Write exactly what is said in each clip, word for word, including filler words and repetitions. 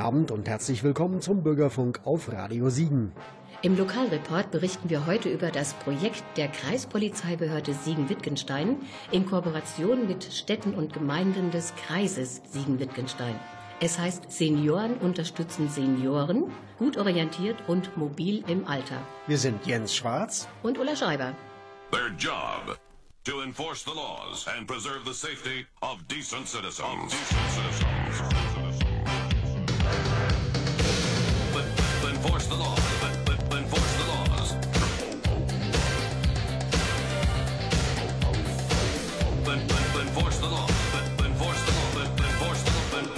Abend und herzlich willkommen zum Bürgerfunk auf Radio Siegen. Im Lokalreport berichten wir heute über das Projekt der Kreispolizeibehörde Siegen-Wittgenstein in Kooperation mit Städten und Gemeinden des Kreises Siegen-Wittgenstein. Es heißt Senioren unterstützen Senioren, gut orientiert und mobil im Alter. Wir sind Jens Schwarz und Ulla Schreiber. Their job, to enforce the laws and preserve the safety of decent citizens. Of decent citizens. But, but enforce the laws. But, but, but enforce the laws. But, but, but enforce the law. But, but enforce the law. But, but enforce the law. But...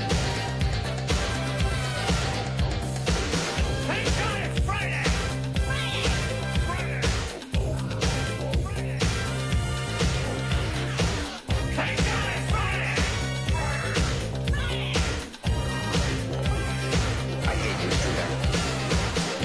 Thank God it's Friday! Friday! Friday! Friday! Thank God it's Friday! Friday! I get used to that.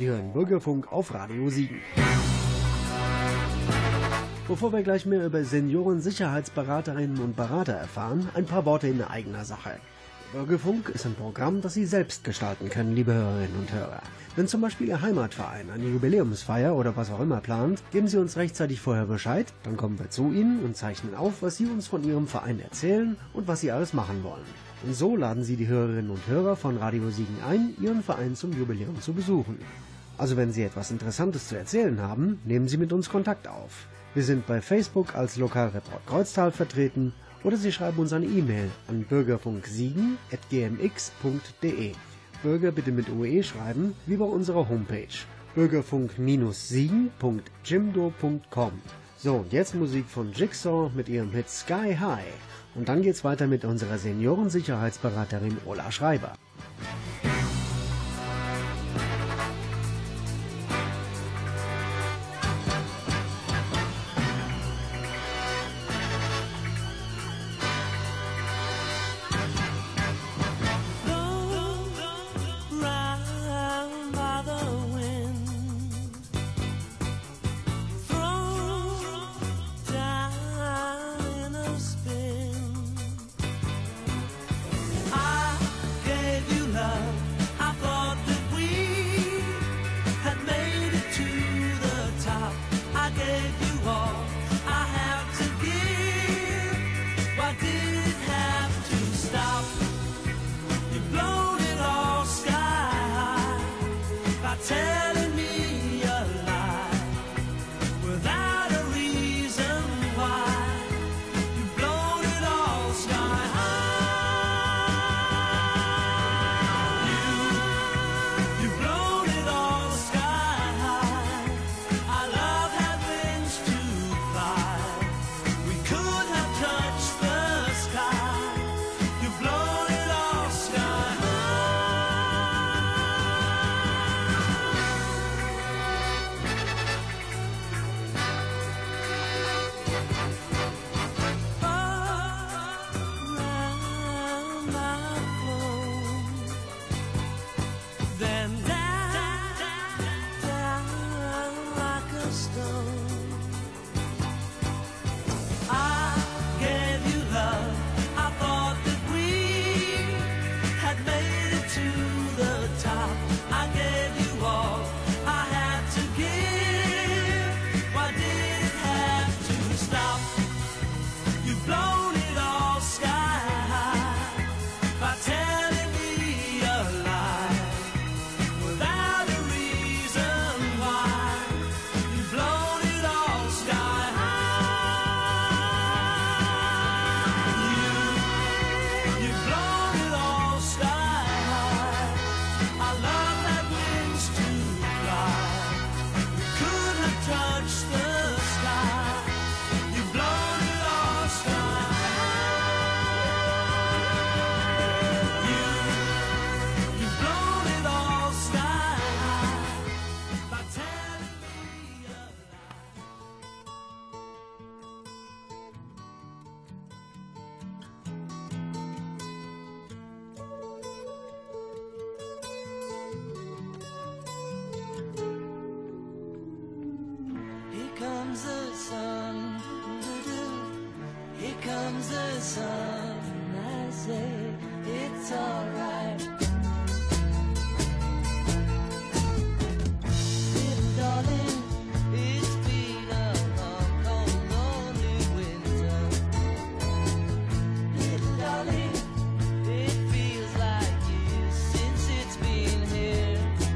Sie hören Bürgerfunk auf Radio Siegen. Bevor wir gleich mehr über Senioren-Sicherheitsberaterinnen und Berater erfahren, ein paar Worte in eigener Sache. Bürgerfunk ist ein Programm, das Sie selbst gestalten können, liebe Hörerinnen und Hörer. Wenn zum Beispiel Ihr Heimatverein eine Jubiläumsfeier oder was auch immer plant, geben Sie uns rechtzeitig vorher Bescheid, dann kommen wir zu Ihnen und zeichnen auf, was Sie uns von Ihrem Verein erzählen und was Sie alles machen wollen. Und so laden Sie die Hörerinnen und Hörer von Radio Siegen ein, Ihren Verein zum Jubiläum zu besuchen. Also wenn Sie etwas Interessantes zu erzählen haben, nehmen Sie mit uns Kontakt auf. Wir sind bei Facebook als Lokalreport Kreuztal vertreten oder Sie schreiben uns eine E-Mail an bürgerfunksiegen at g m x punkt d e. Bürger bitte mit O E schreiben, wie bei unserer Homepage bürgerfunk siegen punkt jimdo punkt com. So, und jetzt Musik von Jigsaw mit ihrem Hit Sky High. Und dann geht's weiter mit unserer Seniorensicherheitsberaterin Ola Schreiber. comes the sun, here comes the sun. I say it's alright. Little darling, it's been a long, cold, lonely winter. Little darling, it feels like years since it's been here.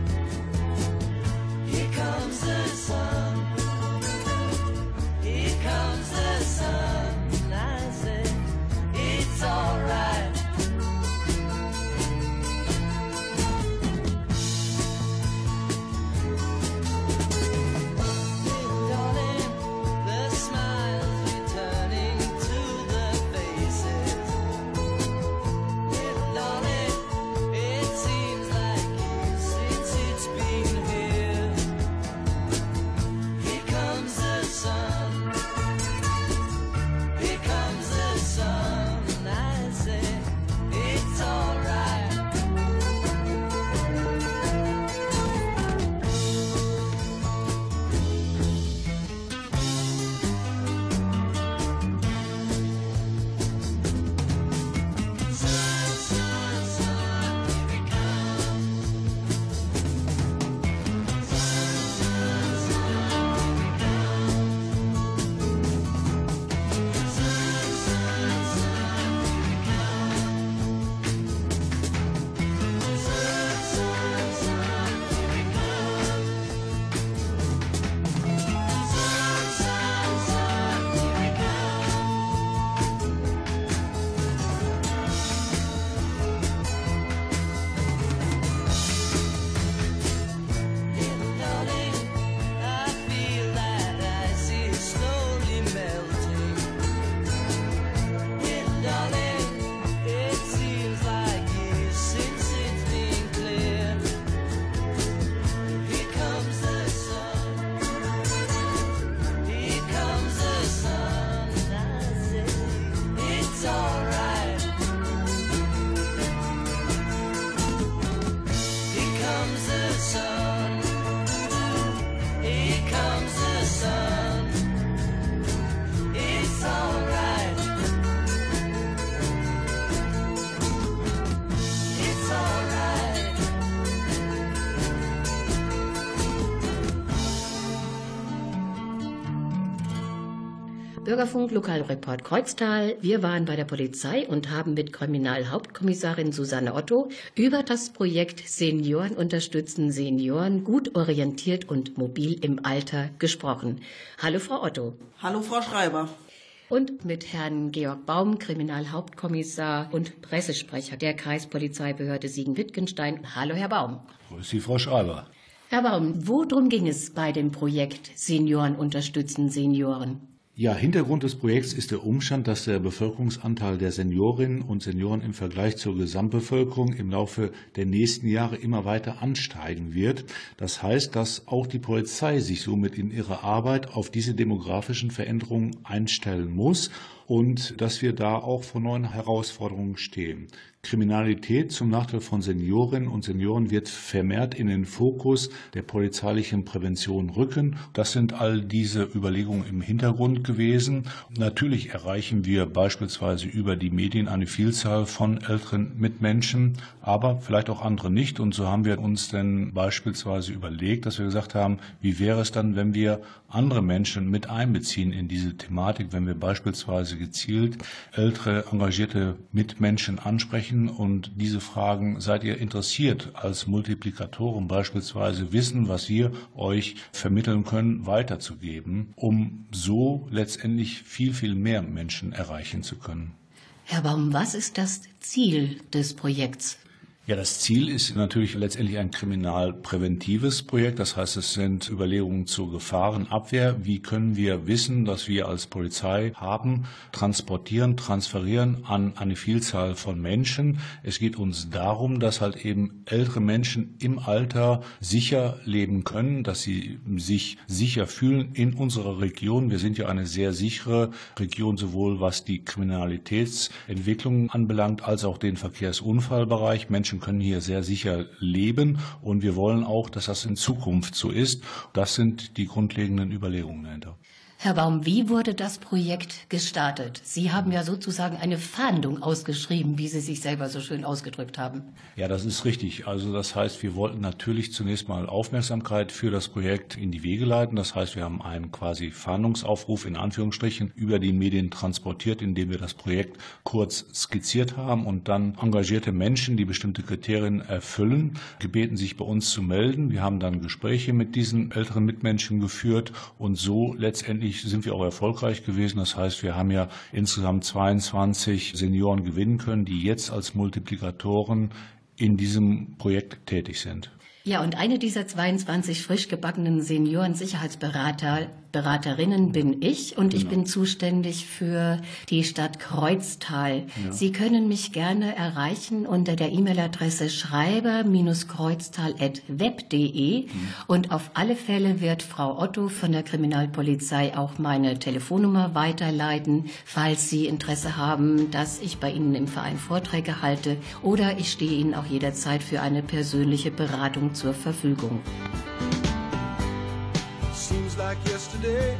Here comes the sun. Here comes the sun. I say it's alright. Bürgerfunk, Lokalreport Kreuztal. Wir waren bei der Polizei und haben mit Kriminalhauptkommissarin Susanne Otto über das Projekt Senioren unterstützen Senioren gut orientiert und mobil im Alter gesprochen. Hallo Frau Otto. Hallo Frau Schreiber. Und mit Herrn Georg Baum, Kriminalhauptkommissar und Pressesprecher der Kreispolizeibehörde Siegen-Wittgenstein. Hallo Herr Baum. Grüß Sie, Frau Schreiber. Herr Baum, worum ging es bei dem Projekt Senioren unterstützen Senioren? Ja, Hintergrund des Projekts ist der Umstand, dass der Bevölkerungsanteil der Seniorinnen und Senioren im Vergleich zur Gesamtbevölkerung im Laufe der nächsten Jahre immer weiter ansteigen wird. Das heißt, dass auch die Polizei sich somit in ihrer Arbeit auf diese demografischen Veränderungen einstellen muss und dass wir da auch vor neuen Herausforderungen stehen. Kriminalität zum Nachteil von Seniorinnen und Senioren wird vermehrt in den Fokus der polizeilichen Prävention rücken. Das sind all diese Überlegungen im Hintergrund gewesen. Natürlich erreichen wir beispielsweise über die Medien eine Vielzahl von älteren Mitmenschen, aber vielleicht auch andere nicht. Und so haben wir uns dann beispielsweise überlegt, dass wir gesagt haben, wie wäre es dann, wenn wir andere Menschen mit einbeziehen in diese Thematik, wenn wir beispielsweise gezielt ältere, engagierte Mitmenschen ansprechen und diese Fragen, seid ihr interessiert als Multiplikatoren beispielsweise wissen, was wir euch vermitteln können, weiterzugeben, um so letztendlich viel, viel mehr Menschen erreichen zu können. Herr Baum, was ist das Ziel des Projekts? Ja, das Ziel ist natürlich letztendlich ein kriminalpräventives Projekt. Das heißt, es sind Überlegungen zur Gefahrenabwehr. Wie können wir Wissen, das wir als Polizei haben, transportieren, transferieren an eine Vielzahl von Menschen? Es geht uns darum, dass halt eben ältere Menschen im Alter sicher leben können, dass sie sich sicher fühlen in unserer Region. Wir sind ja eine sehr sichere Region, sowohl was die Kriminalitätsentwicklung anbelangt, als auch den Verkehrsunfallbereich. Menschen können hier sehr sicher leben und wir wollen auch, dass das in Zukunft so ist. Das sind die grundlegenden Überlegungen dahinter. Herr Baum, wie wurde das Projekt gestartet? Sie haben ja sozusagen eine Fahndung ausgeschrieben, wie Sie sich selber so schön ausgedrückt haben. Ja, das ist richtig. Also das heißt, wir wollten natürlich zunächst mal Aufmerksamkeit für das Projekt in die Wege leiten. Das heißt, wir haben einen quasi Fahndungsaufruf in Anführungsstrichen über die Medien transportiert, indem wir das Projekt kurz skizziert haben und dann engagierte Menschen, die bestimmte Kriterien erfüllen, gebeten, sich bei uns zu melden. Wir haben dann Gespräche mit diesen älteren Mitmenschen geführt und so letztendlich sind wir auch erfolgreich gewesen. Das heißt, wir haben ja insgesamt zweiundzwanzig Senioren gewinnen können, die jetzt als Multiplikatoren in diesem Projekt tätig sind. Ja, und eine dieser zweiundzwanzig frisch gebackenen Senioren-Sicherheitsberater Beraterinnen bin ich und ich Genau. bin zuständig für die Stadt Kreuztal. Ja. Sie können mich gerne erreichen unter der E-Mail-Adresse schreiber kreuztal at web punkt de mhm. und auf alle Fälle wird Frau Otto von der Kriminalpolizei auch meine Telefonnummer weiterleiten, falls Sie Interesse haben, dass ich bei Ihnen im Verein Vorträge halte oder ich stehe Ihnen auch jederzeit für eine persönliche Beratung zur Verfügung. Seems like yesterday,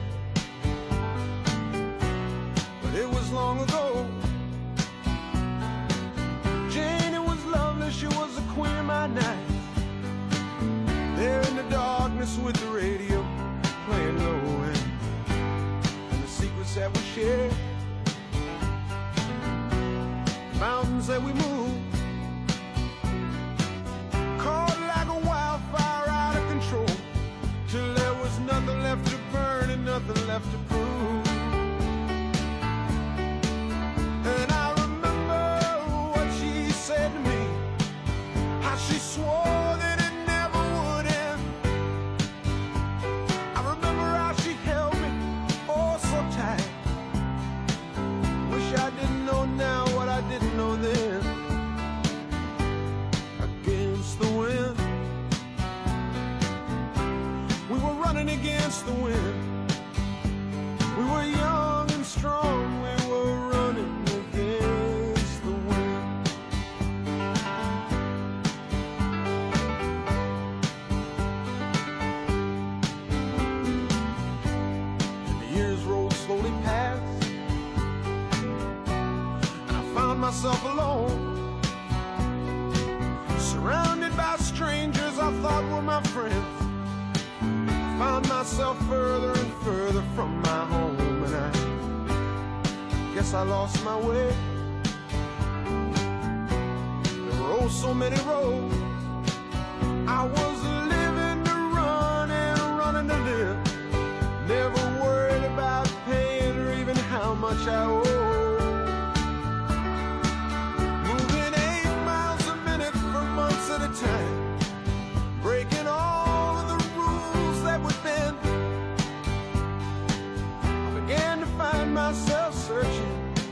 but it was long ago. Jane, it was lovely, she was the queen of my night. There in the darkness with the radio playing low end, and the secrets that we shared, mountains that we moved, caught like a wildfire out of control, till there was nothing left to burn and nothing left to prove. And I remember what she said to me, how she swore that it never would end. I remember how she held me oh so tight. Wish I didn't know now what I didn't know then. Against the wind, we were running against the wind. We were young and strong, we were running against the wind. And the years rolled slowly past, and I found myself alone, surrounded by strangers I thought were my friends. Found myself further and further from my home, and I guess I lost my way. There were oh so many roads. I was living to run and running to live. Never worried about paying or even how much I owe. Moving eight miles a minute for months at a time. Breaking all of the rules that would bend. I began to find myself searching.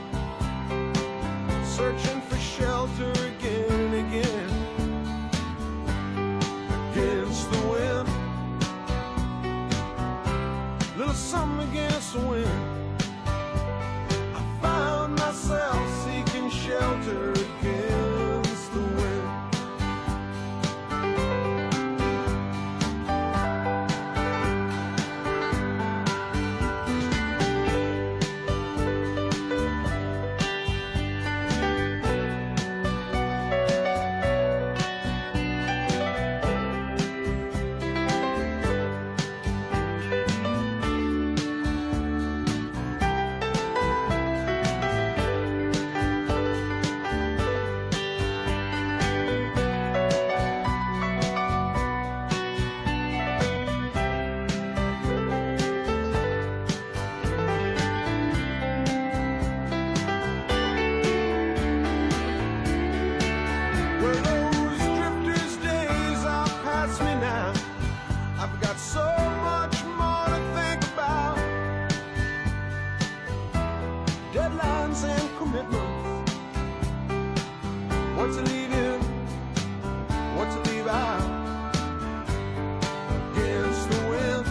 Searching for shelter again and again. Against the wind. Little something against the wind. I found myself seeking shelter against the wind. Well, those drifters' days are past me now. I've got so much more to think about. Deadlines and commitments. What to leave in, what to leave out. Against the wind.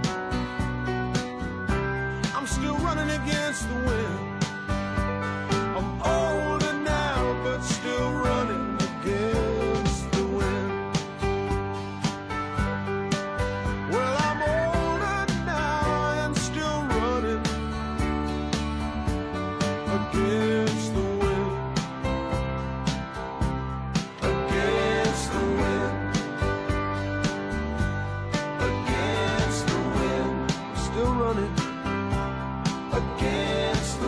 I'm still running against the wind. I'm older now, but still running against the wind. Well, I'm older now and still running against the wind. Against the wind. Against the wind. I'm still running against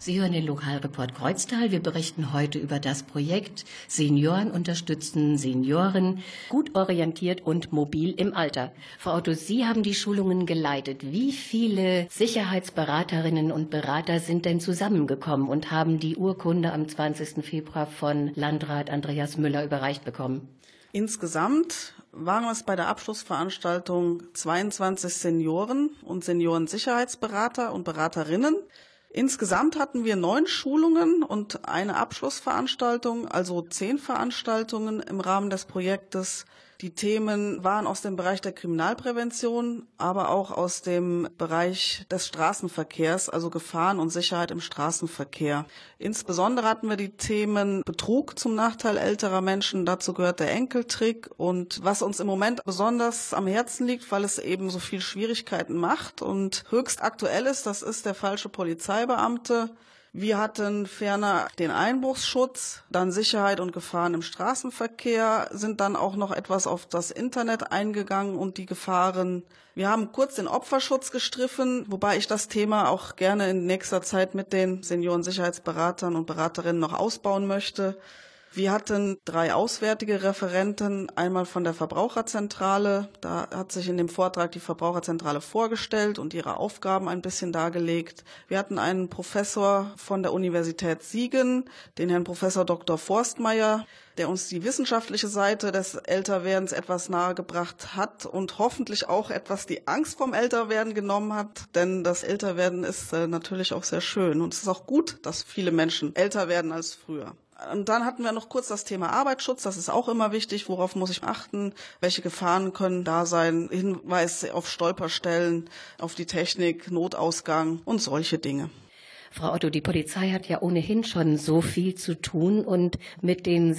Sie hören den Lokalreport Kreuztal. Wir berichten heute über das Projekt Senioren unterstützen Senioren, gut orientiert und mobil im Alter. Frau Otto, Sie haben die Schulungen geleitet. Wie viele Sicherheitsberaterinnen und Berater sind denn zusammengekommen und haben die Urkunde am zwanzigsten Februar von Landrat Andreas Müller überreicht bekommen? Insgesamt waren es bei der Abschlussveranstaltung zweiundzwanzig Senioren und Seniorensicherheitsberater und Beraterinnen. Insgesamt hatten wir neun Schulungen und eine Abschlussveranstaltung, also zehn Veranstaltungen im Rahmen des Projektes. Die Themen waren aus dem Bereich der Kriminalprävention, aber auch aus dem Bereich des Straßenverkehrs, also Gefahren und Sicherheit im Straßenverkehr. Insbesondere hatten wir die Themen Betrug zum Nachteil älterer Menschen, dazu gehört der Enkeltrick. Und was uns im Moment besonders am Herzen liegt, weil es eben so viel Schwierigkeiten macht und höchst aktuell ist, das ist der falsche Polizeibeamte. Wir hatten ferner den Einbruchsschutz, dann Sicherheit und Gefahren im Straßenverkehr, sind dann auch noch etwas auf das Internet eingegangen und die Gefahren. Wir haben kurz den Opferschutz gestriffen, wobei ich das Thema auch gerne in nächster Zeit mit den Seniorensicherheitsberatern und Beraterinnen noch ausbauen möchte. Wir hatten drei auswärtige Referenten, einmal von der Verbraucherzentrale. Da hat sich in dem Vortrag die Verbraucherzentrale vorgestellt und ihre Aufgaben ein bisschen dargelegt. Wir hatten einen Professor von der Universität Siegen, den Herrn Professor Doktor Forstmeier, der uns die wissenschaftliche Seite des Älterwerdens etwas nahegebracht hat und hoffentlich auch etwas die Angst vom Älterwerden genommen hat. Denn das Älterwerden ist äh, natürlich auch sehr schön und es ist auch gut, dass viele Menschen älter werden als früher. Und dann hatten wir noch kurz das Thema Arbeitsschutz. Das ist auch immer wichtig. Worauf muss ich achten? Welche Gefahren können da sein? Hinweis auf Stolperstellen, auf die Technik, Notausgang und solche Dinge. Frau Otto, die Polizei hat ja ohnehin schon so viel zu tun und mit den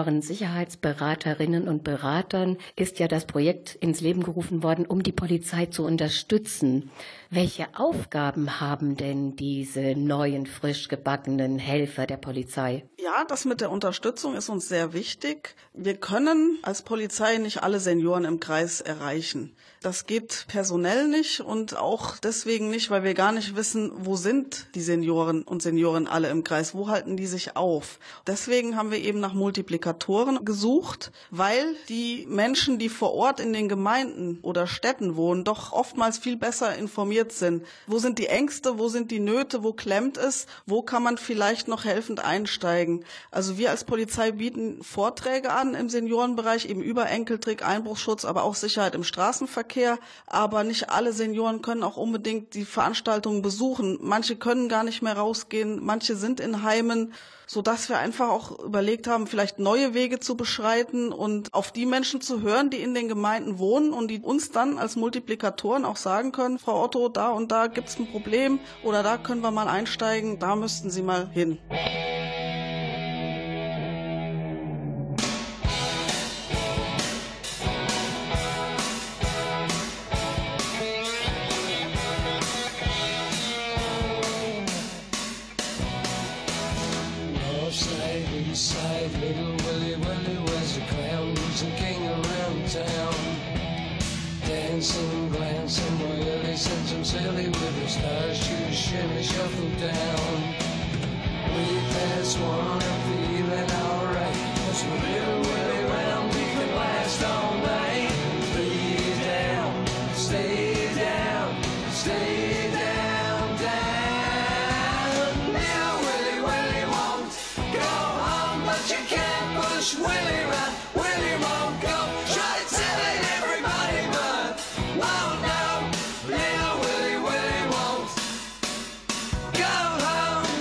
Senioren-Sicherheitsberaterinnen und Beratern ist ja das Projekt ins Leben gerufen worden, um die Polizei zu unterstützen. Welche Aufgaben haben denn diese neuen, frisch gebackenen Helfer der Polizei? Ja, das mit der Unterstützung ist uns sehr wichtig. Wir können als Polizei nicht alle Senioren im Kreis erreichen. Das geht personell nicht und auch deswegen nicht, weil wir gar nicht wissen, wo sind die Senioren und Senioren alle im Kreis, wo halten die sich auf. Deswegen haben wir eben nach Multiplikatoren gesucht, weil die Menschen, die vor Ort in den Gemeinden oder Städten wohnen, doch oftmals viel besser informiert sind. Wo sind die Ängste, wo sind die Nöte, wo klemmt es, wo kann man vielleicht noch helfend einsteigen. Also wir als Polizei bieten Vorträge an im Seniorenbereich, eben über Enkeltrick, Einbruchsschutz, aber auch Sicherheit im Straßenverkehr. Aber nicht alle Senioren können auch unbedingt die Veranstaltungen besuchen. Manche können gar nicht mehr rausgehen, manche sind in Heimen, sodass wir einfach auch überlegt haben, vielleicht neue Wege zu beschreiten und auf die Menschen zu hören, die in den Gemeinden wohnen und die uns dann als Multiplikatoren auch sagen können, Frau Otto, da und da gibt's ein Problem oder da können wir mal einsteigen, da müssten Sie mal hin. Side, little Willie Willie was a clown, who's a king around town. Dancing, glancing, Willie sends him silly with his stars, shoes, shimmy, shuffle down. We pass one up, feeling alright, 'cause with little Willie round, we can last all night. Lay down, stay down, stay down, down. Little Willie Willie won't go home, but you can't push Willie round. Willie won't go. Try telling everybody, but won't know. Little Willie Willie won't go home.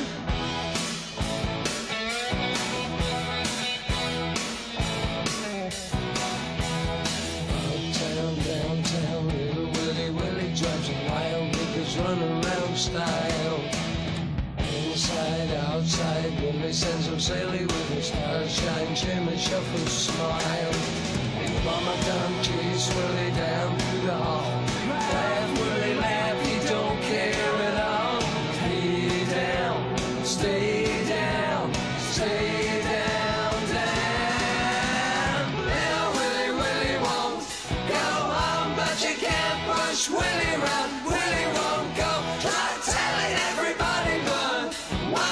Uptown, downtown, little Willie Willie drives a wild, because run around style. Inside, outside, Willie sends him silly with his starshine, shimmy, shuffle, smile. Mama done chase Willie down through the hall. Laugh, Willie, laugh, he don't care at all. Stay down, stay down, stay down, down. Little Willie, Willie won't go home, but you can't push Willie round. Willie won't go. Try telling everybody, but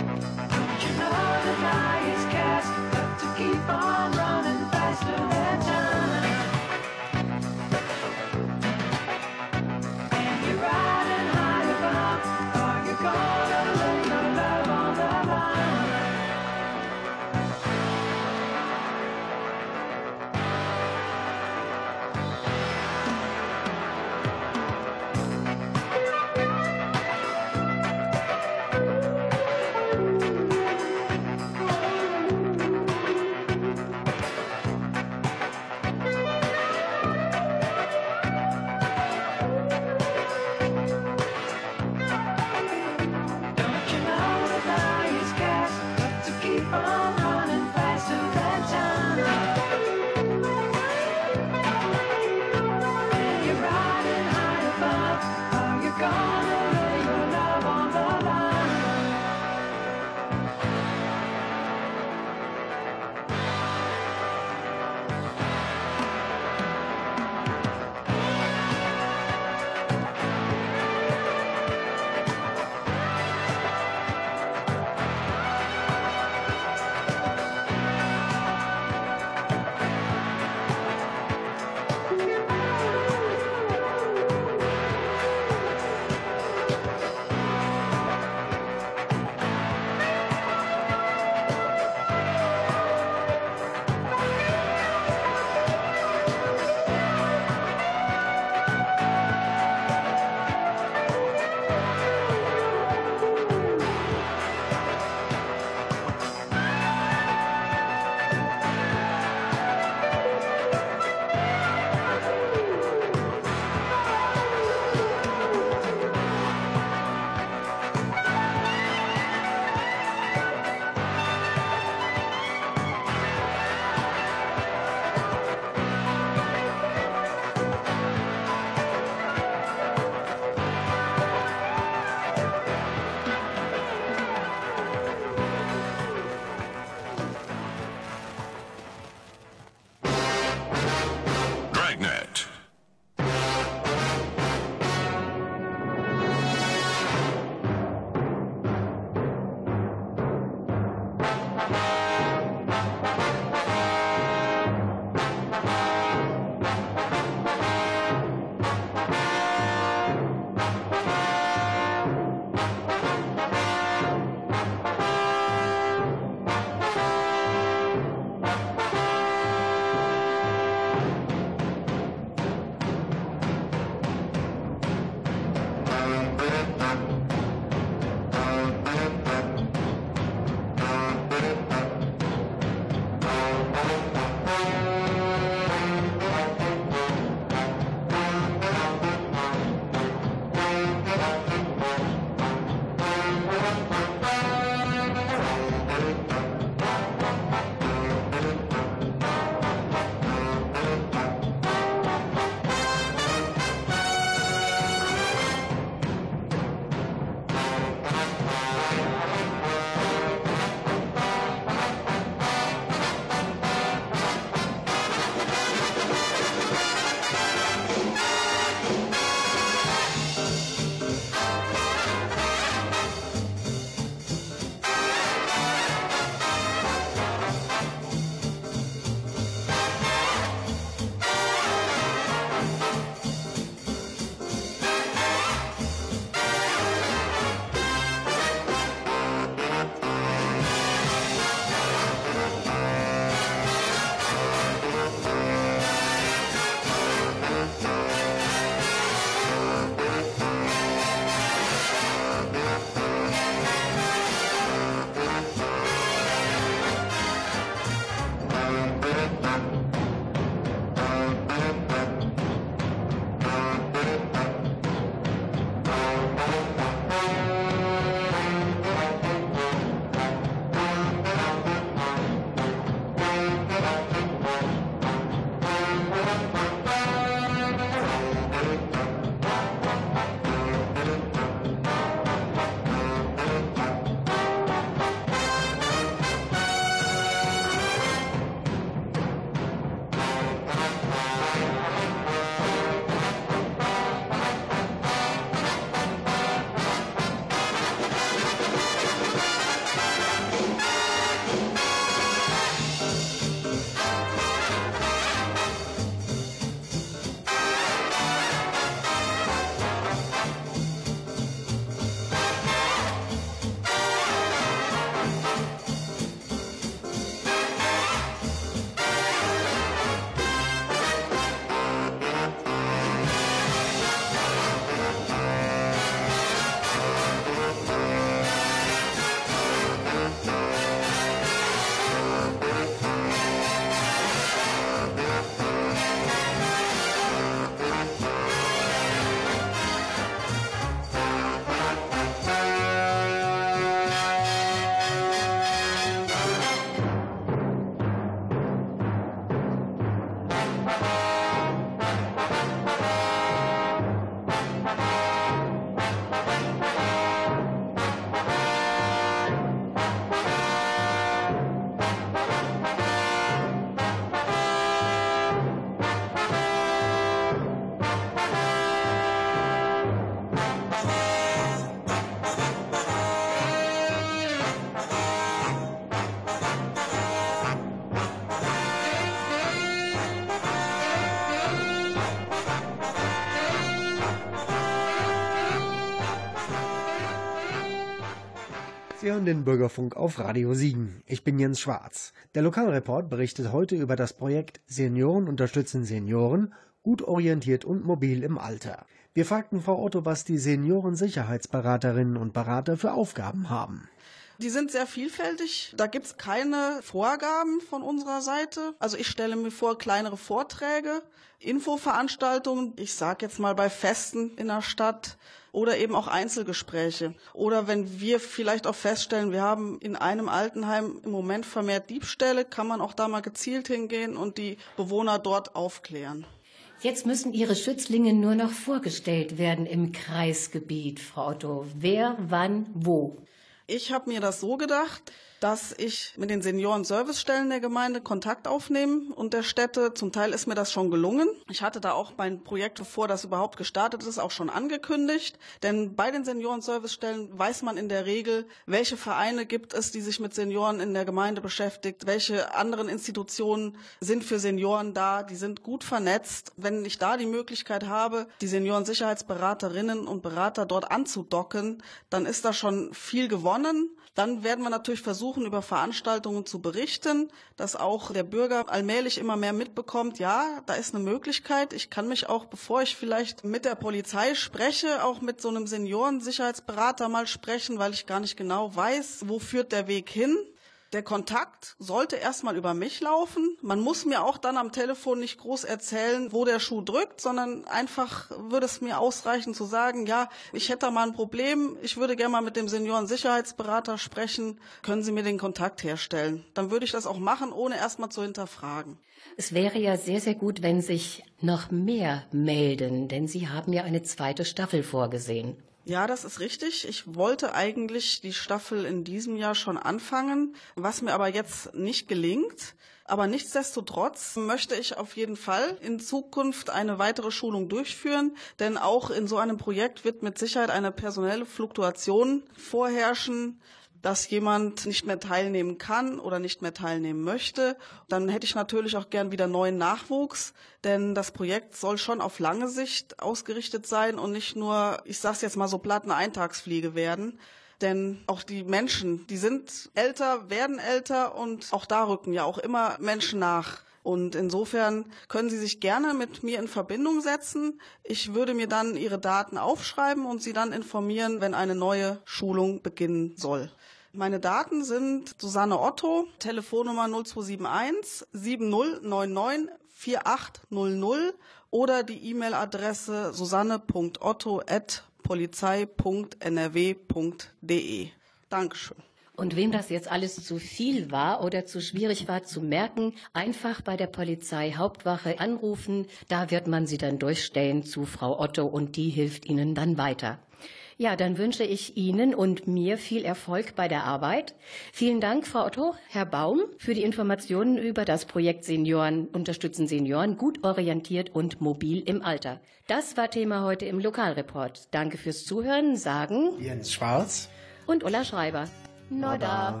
Sie hören den Bürgerfunk auf Radio Siegen. Ich bin Jens Schwarz. Der Lokalreport berichtet heute über das Projekt Senioren unterstützen Senioren, gut orientiert und mobil im Alter. Wir fragten Frau Otto, was die Seniorensicherheitsberaterinnen und Berater für Aufgaben haben. Die sind sehr vielfältig. Da gibt's keine Vorgaben von unserer Seite. Also ich stelle mir vor, kleinere Vorträge, Infoveranstaltungen, ich sag jetzt mal bei Festen in der Stadt oder eben auch Einzelgespräche. Oder wenn wir vielleicht auch feststellen, wir haben in einem Altenheim im Moment vermehrt Diebstähle, kann man auch da mal gezielt hingehen und die Bewohner dort aufklären. Jetzt müssen Ihre Schützlinge nur noch vorgestellt werden im Kreisgebiet, Frau Otto. Wer, wann, wo? Ich habe mir das so gedacht, dass ich mit den Senioren-Servicestellen der Gemeinde Kontakt aufnehme und der Städte. Zum Teil ist mir das schon gelungen. Ich hatte da auch mein Projekt, bevor das überhaupt gestartet ist, auch schon angekündigt. Denn bei den Senioren-Servicestellen weiß man in der Regel, welche Vereine gibt es, die sich mit Senioren in der Gemeinde beschäftigt, welche anderen Institutionen sind für Senioren da, die sind gut vernetzt. Wenn ich da die Möglichkeit habe, die Senioren-Sicherheitsberaterinnen und Berater dort anzudocken, dann ist da schon viel gewonnen. Dann werden wir natürlich versuchen, über Veranstaltungen zu berichten, dass auch der Bürger allmählich immer mehr mitbekommt, ja, da ist eine Möglichkeit. Ich kann mich auch, bevor ich vielleicht mit der Polizei spreche, auch mit so einem Seniorensicherheitsberater mal sprechen, weil ich gar nicht genau weiß, wo führt der Weg hin. Der Kontakt sollte erstmal über mich laufen. Man muss mir auch dann am Telefon nicht groß erzählen, wo der Schuh drückt, sondern einfach würde es mir ausreichen zu sagen, ja, ich hätte da mal ein Problem, ich würde gerne mal mit dem Seniorensicherheitsberater sprechen, können Sie mir den Kontakt herstellen? Dann würde ich das auch machen, ohne erstmal zu hinterfragen. Es wäre ja sehr, sehr gut, wenn sich noch mehr melden, denn Sie haben ja eine zweite Staffel vorgesehen. Ja, das ist richtig. Ich wollte eigentlich die Staffel in diesem Jahr schon anfangen, was mir aber jetzt nicht gelingt. Aber nichtsdestotrotz möchte ich auf jeden Fall in Zukunft eine weitere Schulung durchführen, denn auch in so einem Projekt wird mit Sicherheit eine personelle Fluktuation vorherrschen, dass jemand nicht mehr teilnehmen kann oder nicht mehr teilnehmen möchte. Dann hätte ich natürlich auch gern wieder neuen Nachwuchs, denn das Projekt soll schon auf lange Sicht ausgerichtet sein und nicht nur, ich sag's jetzt mal so platt, eine Eintagsfliege werden. Denn auch die Menschen, die sind älter, werden älter und auch da rücken ja auch immer Menschen nach. Und insofern können Sie sich gerne mit mir in Verbindung setzen. Ich würde mir dann Ihre Daten aufschreiben und Sie dann informieren, wenn eine neue Schulung beginnen soll. Meine Daten sind Susanne Otto, Telefonnummer null zwei sieben eins sieben null neun neun vier acht null null oder die E-Mail-Adresse susanne punkt otto at polizei punkt n r w punkt d e. Dankeschön. Und wem das jetzt alles zu viel war oder zu schwierig war zu merken, einfach bei der Polizei Hauptwache anrufen. Da wird man sie dann durchstellen zu Frau Otto und die hilft Ihnen dann weiter. Ja, dann wünsche ich Ihnen und mir viel Erfolg bei der Arbeit. Vielen Dank, Frau Otto, Herr Baum, für die Informationen über das Projekt Senioren unterstützen Senioren, gut orientiert und mobil im Alter. Das war Thema heute im Lokalreport. Danke fürs Zuhören, sagen Jens Schwarz und Ulla Schreiber. Na da.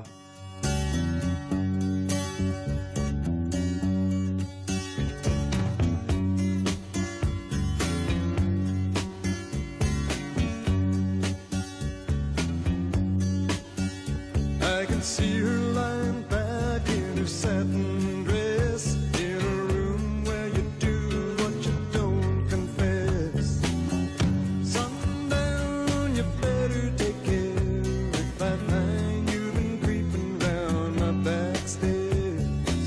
I can see her lying back in her satin dress in a room where you do what you don't confess. Sundown, you better take care if I find you've been creeping round my back stairs.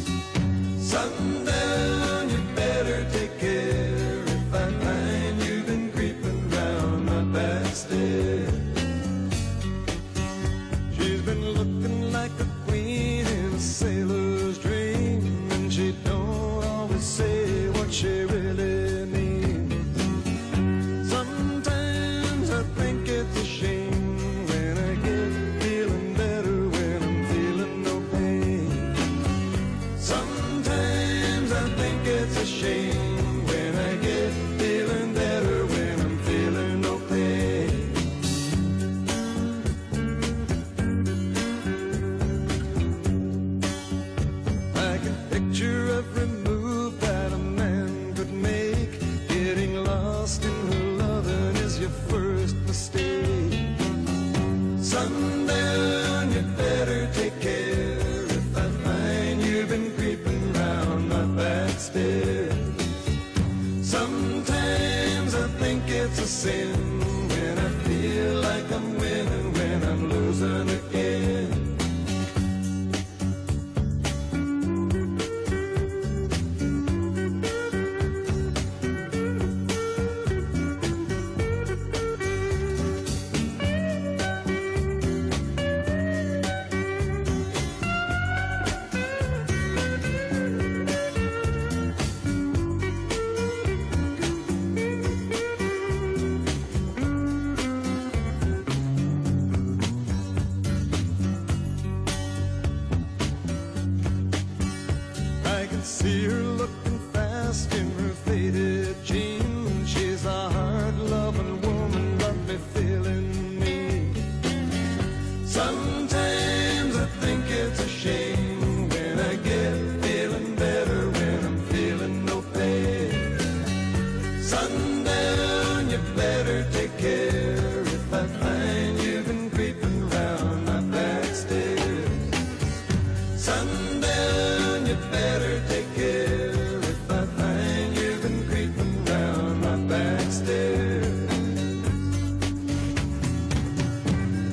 Sundown, you better take care if I find you've been creeping round my back stairs. She's been looking like a